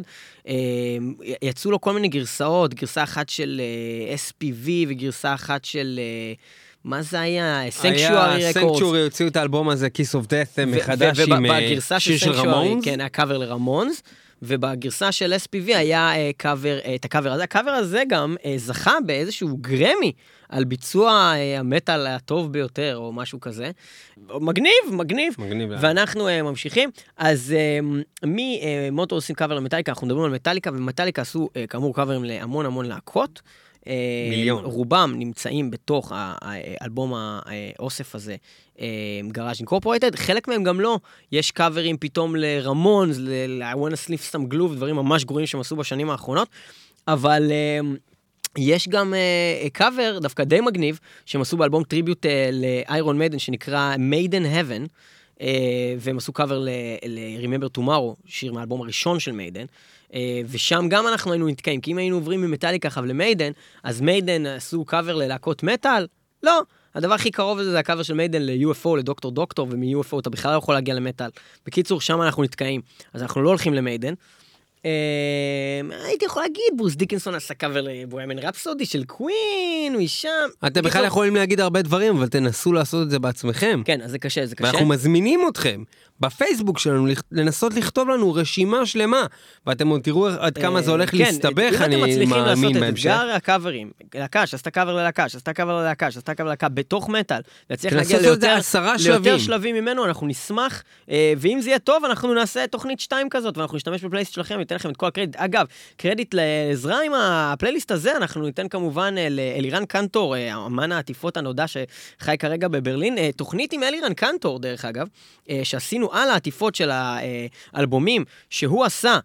[SPEAKER 1] יצאו לו כל מיני גרסאות, גרסה אחת של אס פי וי וגרסה אחת של... מה זה היה? סנקשוארי רקורדס.
[SPEAKER 2] סנקשוארי הוציאו את האלבום הזה, Kiss of Death, מחדש עם שיר של רמונס.
[SPEAKER 1] כן, היה קאבר לרמונס. ובגרסה של אס פי וי היה קאבר, את הקאבר הזה. הקאבר הזה גם זכה באיזשהו גרמי על ביצוע המטל הטוב ביותר, או משהו כזה. מגניב, מגניב.
[SPEAKER 2] מגניב.
[SPEAKER 1] ואנחנו ממשיכים. אז ממוטורד עושים קאבר למטליקה, אנחנו מדברים על מטליקה, ומטליקה עשו כאמור קאברים להמון המון להקות.
[SPEAKER 2] מיליון.
[SPEAKER 1] רובם נמצאים בתוך האלבום האוסף הזה, גראז' אינקורפורייטד, חלק מהם גם לא, יש קאברים פתאום לרמונס, ל-I wanna sniff some glue, דברים ממש גרועים שהם עשו בשנים האחרונות, אבל יש גם קאבר, uh, דווקא די מגניב, שהם עשו באלבום טריביוט uh, לאיירון מיידן, שנקרא Maiden Heaven, uh, והם עשו קאבר ל-Remember Tomorrow, שיר מהאלבום הראשון של מיידן, uh, ושם גם אנחנו היינו נתקעים, כי אם היינו עוברים ממטאליקה עכשיו למיידן, אז מיידן עשו קאבר ללהקות מטאל? לא. הדבר הכי קרוב לזה זה הקאבר של מיידן ל-יו אף או, לדוקטור דוקטור, ומ-יו אף או אתה בכלל לא יכול להגיע למטאל. בקיצור, שם אנחנו נתקעים, אז אנחנו לא הולכים למיידן. הייתי יכול להגיד, ברוס דיקנסון עשה קאבר לבוהמיאן רפסודי של קווין, משם.
[SPEAKER 2] אתם בכלל יכולים להגיד הרבה דברים, אבל תנסו לעשות את זה בעצמכם.
[SPEAKER 1] כן, אז זה קשה, זה קשה.
[SPEAKER 2] ואנחנו מזמינים אתכם בפייסבוק שלנו לנסות לכתוב לנו רשימה שלמה, ואתם עוד תראו עד כמה זה הולך להסתבך, אני מאמין בהמשך. אם אתם מצליחים לעשות את אתגר הקאברים, לקש, עשתה קאבר ללקש, עשתה קאבר ללקש, עשתה קאבר ללקש, בתוך מטל, להצליח להגיע ליותר שלבים ממנו, אנחנו נשמח, ואם זה יהיה טוב, אנחנו נעשה תוכנית שתיים כזאת, ואנחנו נשתמש בפלייליסט שלכם, ניתן לכם את כל הקרדיט. אגב, קרדיט לעזרה עם הפלייליסט הזה, אנחנו ניתן כמובן לאלירן קנטור, אמן העטיפות הנודע שחי כרגע בברלין, תוכנית עם אלירן קנטור, דרך אגב, שעשינו על העטיפות של האלבומים שהוא עשה,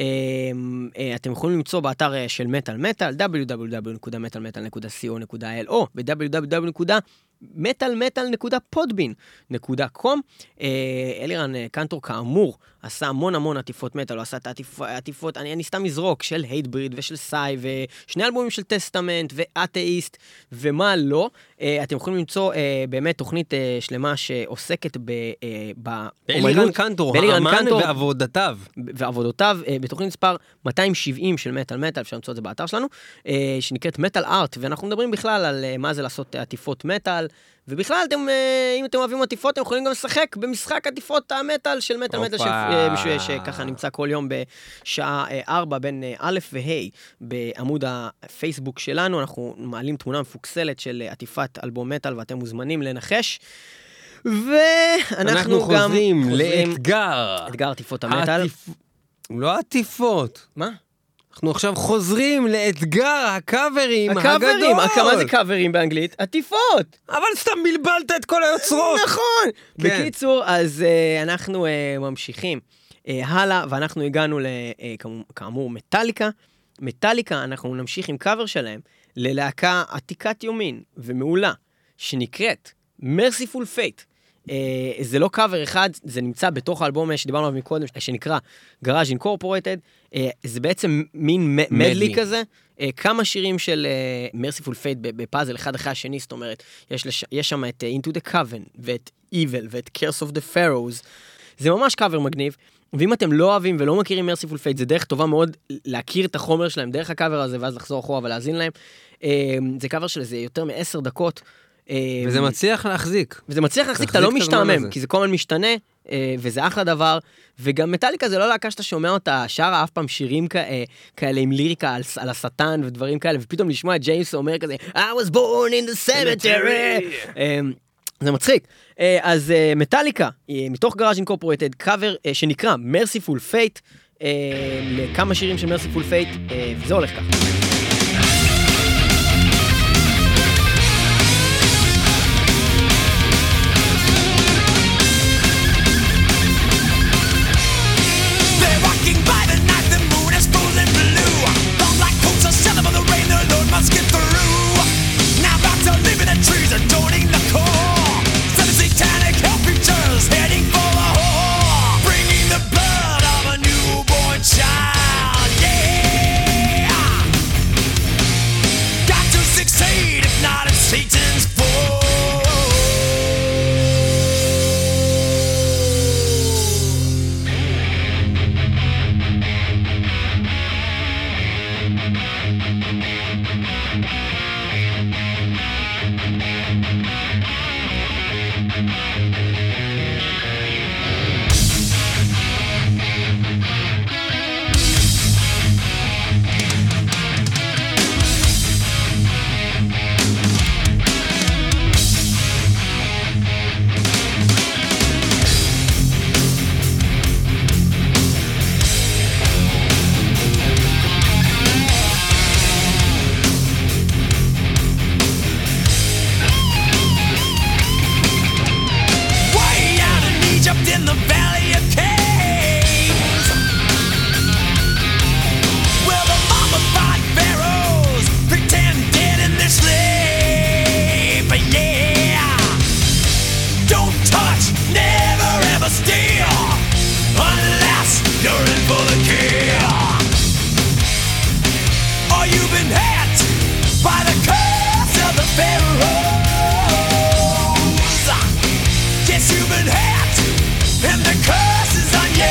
[SPEAKER 2] אתם יכולים למצוא באתר של מטל מטל, דאבליו דאבליו דאבליו נקודה מטל מטל נקודה סי או נקודה איי אל או ב-דאבליו דאבליו דאבליו נקודה מטל מטל נקודה פודבין נקודה קום. אלירן קנטור כאמור עשה המון המון עטיפות מטל, הוא עשה את העטיפות, אני, אני סתם מזרוק, של הייט בריד ושל סאי, ושני אלבומים של טסטמנט ואתאיסט ומה לא. אתם יכולים למצוא באמת תוכנית שלמה שעוסקת באלירן קנטור, האמן ועבודתיו.
[SPEAKER 1] ועבודותיו, בתוכנית מספר מאתיים שבעים של מטל מטל, אפשר למצוא את זה באתר שלנו, שנקראת מטל ארט, ואנחנו מדברים בכלל על מה זה לעשות עטיפות מטל, ובכלל, אתם, אם אתם אוהבים עטיפות, אתם יכולים גם לשחק במשחק עטיפות המטל של מטל מטל, שככה נמצא כל יום בשעה ארבע בין א' וה' בעמוד הפייסבוק שלנו. אנחנו מעלים תמונה מפוקסלת של עטיפת אלבום מטל, ואתם מוזמנים לנחש. ואנחנו גם
[SPEAKER 2] חוזרים לאתגר.
[SPEAKER 1] אתגר עטיפות המטל.
[SPEAKER 2] לא עטיפות.
[SPEAKER 1] מה?
[SPEAKER 2] אנחנו עכשיו חוזרים לאתגר הקאברים הגדול.
[SPEAKER 1] הקאברים, מה זה קאברים באנגלית? עטיפות.
[SPEAKER 2] אבל סתם בלבלת את כל היוצרות.
[SPEAKER 1] נכון. בקיצור, אז אנחנו ממשיכים הלאה, ואנחנו הגענו כאמור מטאליקה. מטאליקה, אנחנו נמשיך עם קאבר שלהם ללהקה עתיקת יומין ומעולה, שנקראת Merciful Fate. Uh, זה לא קאבר אחד, זה נמצא בתוך האלבום שדיברנו עליו מקודם, שנקרא Garage Incorporated. uh, זה בעצם מין מדלי כזה, uh, כמה שירים של uh, Merciful Fate בפאזל אחד אחרי השני, זאת אומרת, יש, לש... יש שם את uh, Into the Coven, ואת Evil, ואת Curse of the Pharaohs. זה ממש קאבר מגניב, ואם אתם לא אוהבים ולא מכירים Merciful Fate, זה דרך טובה מאוד להכיר את החומר שלהם, דרך הקאבר הזה, ואז לחזור אחורה ולהזין להם. uh, זה קאבר של זה יותר מעשר דקות,
[SPEAKER 2] וזה מצליח להחזיק.
[SPEAKER 1] וזה מצליח להחזיק, אתה לא משתעמם, כי זה כל הזמן משתנה, וזה אחלה דבר, וגם מטאליקה זה לא להקה שאתה שומע אותה, שרה אף פעם שירים כאלה עם ליריקה על השטן ודברים כאלה, ופתאום לשמוע את ג'יימס אומר כזה, I was born in the cemetery. זה מצחיק. אז מטאליקה, מתוך Garage Incorporated, קאבר שנקרא Merciful Fate, לכמה שירים של Merciful Fate, וזה הולך ככה.
[SPEAKER 3] Child, yeah. the kill. Oh, you've been hacked by the curse of the pharaohs. Yes, you've been hacked, and the curse is on you.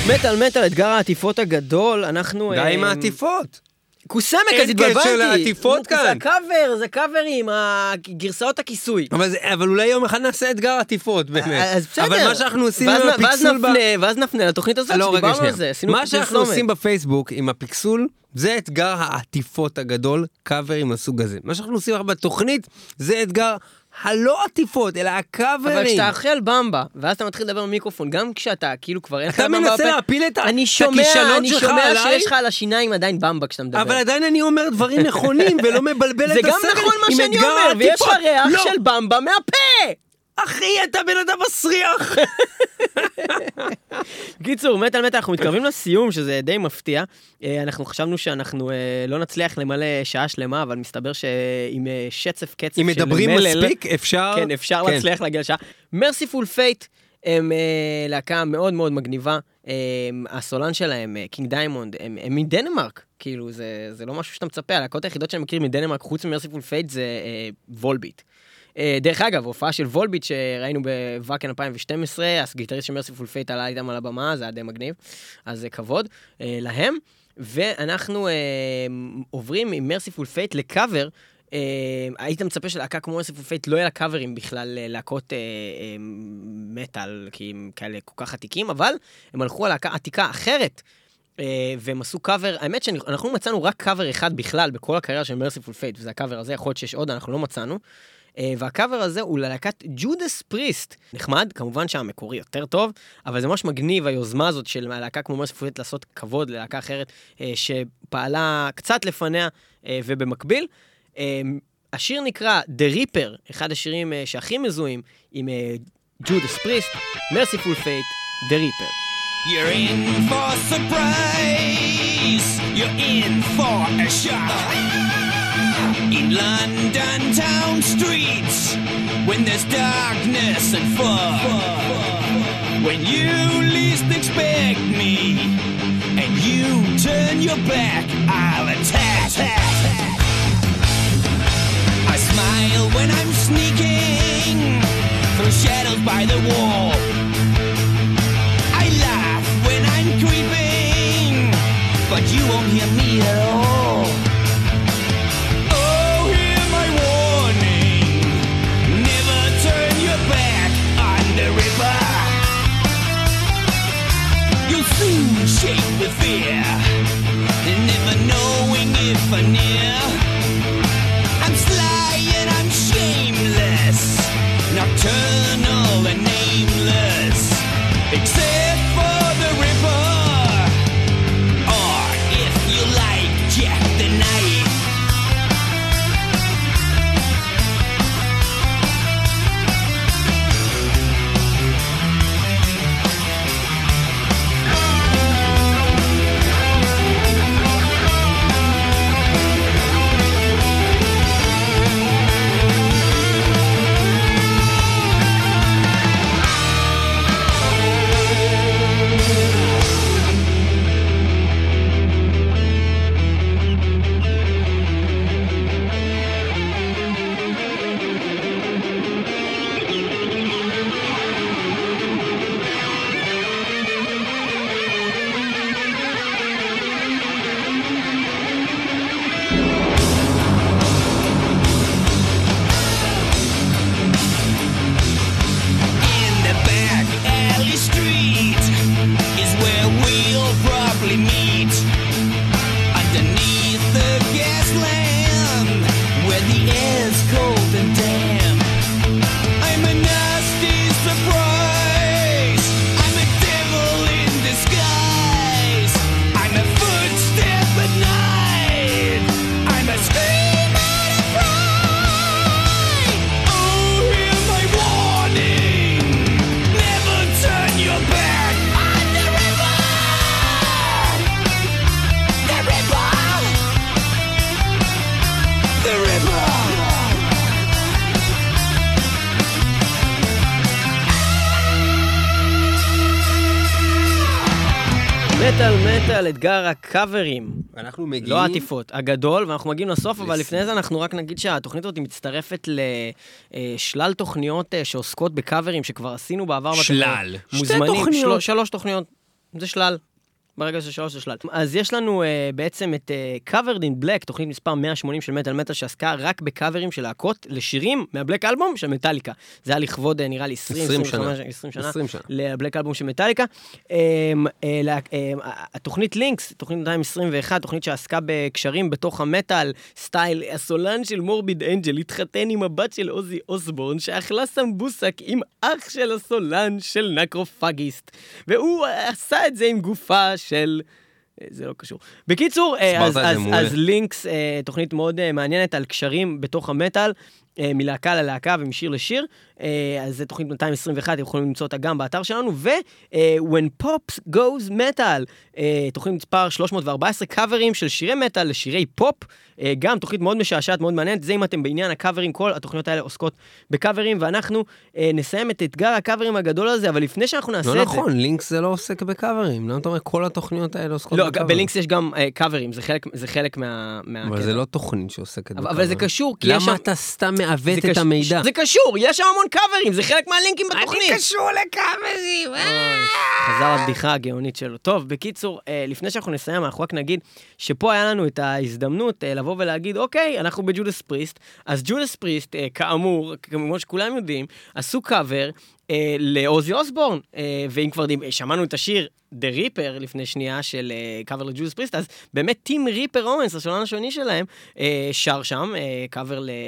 [SPEAKER 1] מטל מטל, אתגר העטיפות הגדול, אנחנו...
[SPEAKER 2] די עם העטיפות.
[SPEAKER 1] קוסמק,
[SPEAKER 2] אין
[SPEAKER 1] אז התבלבלתי.
[SPEAKER 2] קשר לעטיפות כאן.
[SPEAKER 1] זה הקאבר, זה קאברים, הגרסאות הכיסוי.
[SPEAKER 2] אבל, זה, אבל אולי יום אחד נעשה אתגר עטיפות, באמת.
[SPEAKER 1] אז בסדר.
[SPEAKER 2] אבל מה שאנחנו עושים עם
[SPEAKER 1] ואז,
[SPEAKER 2] הפיקסול...
[SPEAKER 1] ואז נפנה, ב... ואז נפנה לתוכנית הזאת
[SPEAKER 2] לא,
[SPEAKER 1] שדיברנו על זה.
[SPEAKER 2] מה שאנחנו עושים בפייסבוק עם הפיקסול, זה אתגר העטיפות הגדול, קאברים מהסוג הזה. מה שאנחנו עושים בתוכנית, זה אתגר... הלא עטיפות, אלא הקאברים.
[SPEAKER 1] אבל כשאתה אוכל במבה, ואז אתה מתחיל לדבר במיקרופון, גם כשאתה, כאילו כבר אין לך במבה בפה.
[SPEAKER 2] אתה מנסה להפיל את הכישלון שלך עליי.
[SPEAKER 1] אני שומע שיש לך על השיניים עדיין במבה כשאתה מדבר.
[SPEAKER 2] אבל עדיין אני אומר דברים נכונים, ולא מבלבל את הסרט.
[SPEAKER 1] זה גם נכון מה שאני אומר, ויש לך ריח של במבה מהפה.
[SPEAKER 2] אחי, אתה בן אדם מסריח.
[SPEAKER 1] קיצור, מטל מטל, אנחנו מתקרבים לסיום, שזה די מפתיע. אנחנו חשבנו שאנחנו לא נצליח למלא שעה שלמה, אבל מסתבר שעם שצף קצף של מלל...
[SPEAKER 2] אם מדברים מספיק, אפשר...
[SPEAKER 1] כן, אפשר להצליח להגיע לשעה. Merciful Fate הם להקה מאוד מאוד מגניבה. הסולן שלהם, קינג דיימונד, הם מדנמרק. כאילו, זה לא משהו שאתה מצפה. הלהקות היחידות שאני מכיר מדנמרק, חוץ מ-Merciful Fate, זה וולביט. דרך אגב, הופעה של וולביט שראינו בוואקן אלפיים ושתים עשרה, הגיטריסט של מרסיפול פייט עלה איתם על הבמה, זה היה די מגניב, אז זה כבוד להם, ואנחנו עוברים עם מרסיפול פייט לקאבר. היית מצפה שלהקה כמו מרסיפול פייט לא יהיה לה קאברים בכלל להקות מטל, כי הם כאלה כל כך עתיקים, אבל הם הלכו על להקה עתיקה אחרת, והם עשו קאבר, האמת שאנחנו מצאנו רק קאבר אחד בכלל בכל הקריירה של מרסיפול פייט, וזה הקאבר הזה, יכול להיות שיש עוד, אנחנו לא מצאנו, והקאבר הזה הוא ללהקת ג'ודס פריסט. נחמד, כמובן שהמקורי יותר טוב, אבל זה ממש מגניב היוזמה הזאת של הלהקה כמו מרסיפול פייט לעשות כבוד ללהקה אחרת שפעלה קצת לפניה ובמקביל. השיר נקרא The Reaper, אחד השירים שהכי מזוהים עם ג'ודס פריסט, מרסיפול פייט, The Reaper.
[SPEAKER 3] You're in for surprise, you're in for a shock. In London town streets, when there's darkness and fog, when you least expect me, and you turn your back, I'll attack. I smile when I'm sneaking through shadows by the wall. I laugh when I'm creeping, but you won't hear me at all. Soon shake with fear, and never knowing if I'm near. I'm sly and I'm shameless, nocturnal and nameless, except for the Ripper, or if you like, Jack the Knight.
[SPEAKER 1] מטל מטל, אתגר הקאברים.
[SPEAKER 2] אנחנו מגיעים...
[SPEAKER 1] לא העטיפות, הגדול, ואנחנו מגיעים לסוף, אבל לפני זה אנחנו רק נגיד שהתוכנית הזאת מצטרפת לשלל תוכניות שעוסקות בקאברים שכבר עשינו בעבר.
[SPEAKER 2] שלל.
[SPEAKER 1] שתי תוכניות. שלוש תוכניות. זה שלל. ברגע ששלוש זה שלל. אז יש לנו uh, בעצם את uh, Covered in Black, תוכנית מספר מאה ושמונים של מטל מטל, שעסקה רק בקאברים של להקות לשירים מהבלק אלבום של מטליקה. זה היה לכבוד, נראה לי, עשרים שנה,
[SPEAKER 2] עשרים שנה.
[SPEAKER 1] לבלק אלבום של מטליקה. Um, uh, uh, התוכנית לינקס, תוכנית מאתיים עשרים ואחת, תוכנית שעסקה בקשרים בתוך המטל, סטייל, הסולן של מורביד אנג'ל התחתן עם הבת של עוזי אוסבורן, שאכלה סמבוסק עם אח של הסולן של נקרופגיסט. והוא עשה את זה עם גופה של... זה לא קשור. בקיצור, אז, אז, אז לינקס, תוכנית מאוד מעניינת על קשרים בתוך המטל, מלהקה ללהקה ומשיר לשיר. אז זה תוכנית מאתיים עשרים ואחת, אתם יכולים למצוא אותה גם באתר שלנו. ו-When Pops Goes Metal, תוכנית מספר שלוש מאות וארבע עשרה, קאברים של שירי מטל לשירי פופ. גם תוכנית מאוד משעשעת, מאוד מעניינת. זה אם אתם בעניין הקאברים, כל התוכניות האלה עוסקות בקאברים, ואנחנו נסיים את אתגר הקאברים הגדול הזה, אבל לפני שאנחנו נעשה את זה...
[SPEAKER 2] לא נכון, לינקס זה לא עוסק בקאברים. למה אתה אומר, כל התוכניות האלה עוסקות בקאברים?
[SPEAKER 1] לא, בלינקס יש גם קאברים, זה חלק מה...
[SPEAKER 2] אבל זה לא תוכנית שעוסקת בקאברים.
[SPEAKER 1] אבל זה קשור, כי יש...
[SPEAKER 2] למה אתה סתם מעוות את המידע?
[SPEAKER 1] זה קשור, יש שם המון קאברים, זה חלק מהלינקים בתוכנית.
[SPEAKER 2] אני קשור לקאברים.
[SPEAKER 1] חזר לבדיחה הגאונית שלו. טוב, בקיצור, לפני שאנחנו נסיים, אנחנו רק נגיד שפה היה לנו את ההזדמנות לבוא ולהגיד, אוקיי, אנחנו בג'ודס פריסט, אז ג'ודס פריסט, כאמור, כמו שכולם יודעים, עשו קאבר לאוזי אוסבורן, ואם כבר שמענו את השיר The Reaper לפני שנייה של קאבר לג'ודס פריסט, אז באמת טים ריפר אומנס, השולן השני שלהם, שר שם קאבר ל...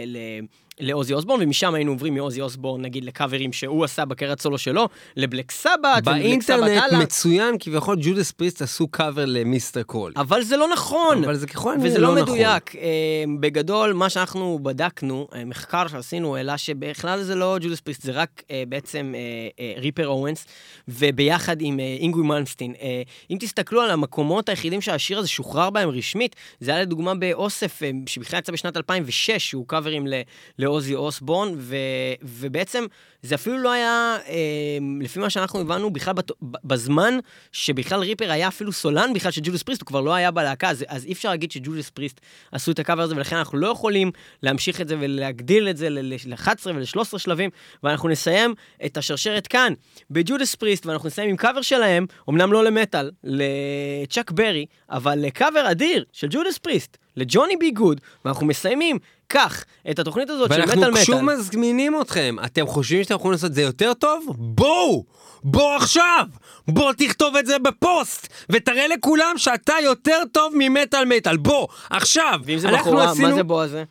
[SPEAKER 1] לאוזי אוסבורן, ומשם היינו עוברים מאוזי אוסבורן, נגיד, לקאברים שהוא עשה בקריירת סולו שלו, לבלק סבת,
[SPEAKER 2] באינטרנט מצוין, כביכול ג'ודס פריסט עשו קאבר למיסטר קול.
[SPEAKER 1] אבל זה לא נכון.
[SPEAKER 2] אבל זה ככל
[SPEAKER 1] וזה לא מדויק. בגדול, מה שאנחנו בדקנו, מחקר שעשינו, אלא שבכלל זה לא ג'ודס פריסט, זה רק בעצם ריפר אורנס, וביחד עם אינגוי מלמסטין. אם תסתכלו על המקומות היחידים שהשיר הזה שוחרר בהם רשמית, זה היה לדוגמה באוסף, שבכלל יצא בשנת אלפיים ושש, שהוא קאברים לאוזי אוסבורן, ו, ובעצם זה אפילו לא היה, אה, לפי מה שאנחנו הבנו, בכלל בת, בזמן שבכלל ריפר היה אפילו סולן בכלל של ג'ודס פריסט, הוא כבר לא היה בלהקה, אז, אז אי אפשר להגיד שג'ודס פריסט עשו את הקאבר הזה, ולכן אנחנו לא יכולים להמשיך את זה ולהגדיל את זה ל-אחת עשרה ול-שלוש עשרה שלבים, ואנחנו נסיים את השרשרת כאן, בג'ודס פריסט, ואנחנו נסיים עם קאבר שלהם, אמנם לא למטל, לצ'אק ברי, אבל לקאבר אדיר של ג'ודס פריסט, לג'וני בי גוד, ואנחנו מסיימים כך את התוכנית הזאת של מטל מטל.
[SPEAKER 2] ואנחנו שוב מזמינים אתכם. אתם חושבים שאתם יכולים לעשות את זה יותר טוב? בואו! בואו עכשיו! בואו תכתוב את זה בפוסט, ותראה לכולם שאתה יותר טוב ממטל מטל. בוא, עכשיו!
[SPEAKER 1] ואם זה בחורה, עשינו... מה זה בוא הזה?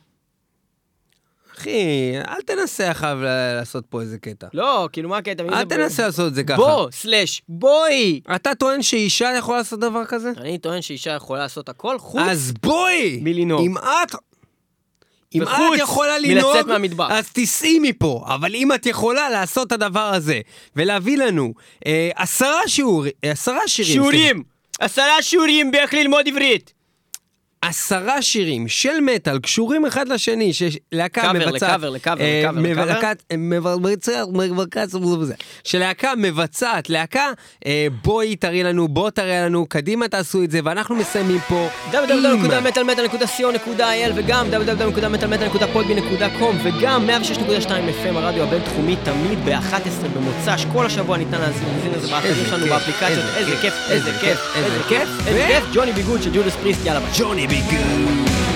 [SPEAKER 2] אחי, אל תנסה אחר לעשות פה איזה קטע.
[SPEAKER 1] לא, כאילו מה הקטע?
[SPEAKER 2] אל תנסה לעשות את זה ככה.
[SPEAKER 1] בוא, סלש, בואי!
[SPEAKER 2] אתה טוען שאישה יכולה לעשות דבר כזה?
[SPEAKER 1] אני טוען שאישה יכולה לעשות הכל חוץ...
[SPEAKER 2] אז בואי!
[SPEAKER 1] מלינור.
[SPEAKER 2] אם את... אם את יכולה לנהוג, אז תסעי מפה. אבל אם את יכולה לעשות את הדבר הזה, ולהביא לנו אה, עשרה שיעור, עשרה שירים.
[SPEAKER 1] שיעורים! עשרה שיעורים באיך ללמוד עברית.
[SPEAKER 2] עשרה שירים של מטל, קשורים אחד לשני, שלהקה מבצעת...
[SPEAKER 1] לקאבר, לקאבר, לקאבר,
[SPEAKER 2] לקאבר. שלהקה מבצעת, להקה, בואי תראי לנו, בוא תראי לנו, קדימה תעשו את זה, ואנחנו מסיימים פה
[SPEAKER 1] דאבליו דאבליו דאבליו נקודה מטל מטל נקודה סי או נקודה איי אל, וגם דאבליו דאבליו דאבליו נקודה מטל מטל נקודה פודבי נקודה קום, וגם מאה ושש נקודה שתיים אף אם הרדיו הבינתחומי, תמיד ב-אחת עשרה במוצ"ש, כל השבוע ניתן להזין את זה באתרים שלנו באפליקציות. איזה כיף, איזה כיף, איזה כיף, איזה כיף. ג'וני בי גוד של ג'ודס פריסט, יאללה ביי.
[SPEAKER 2] Johnny be good.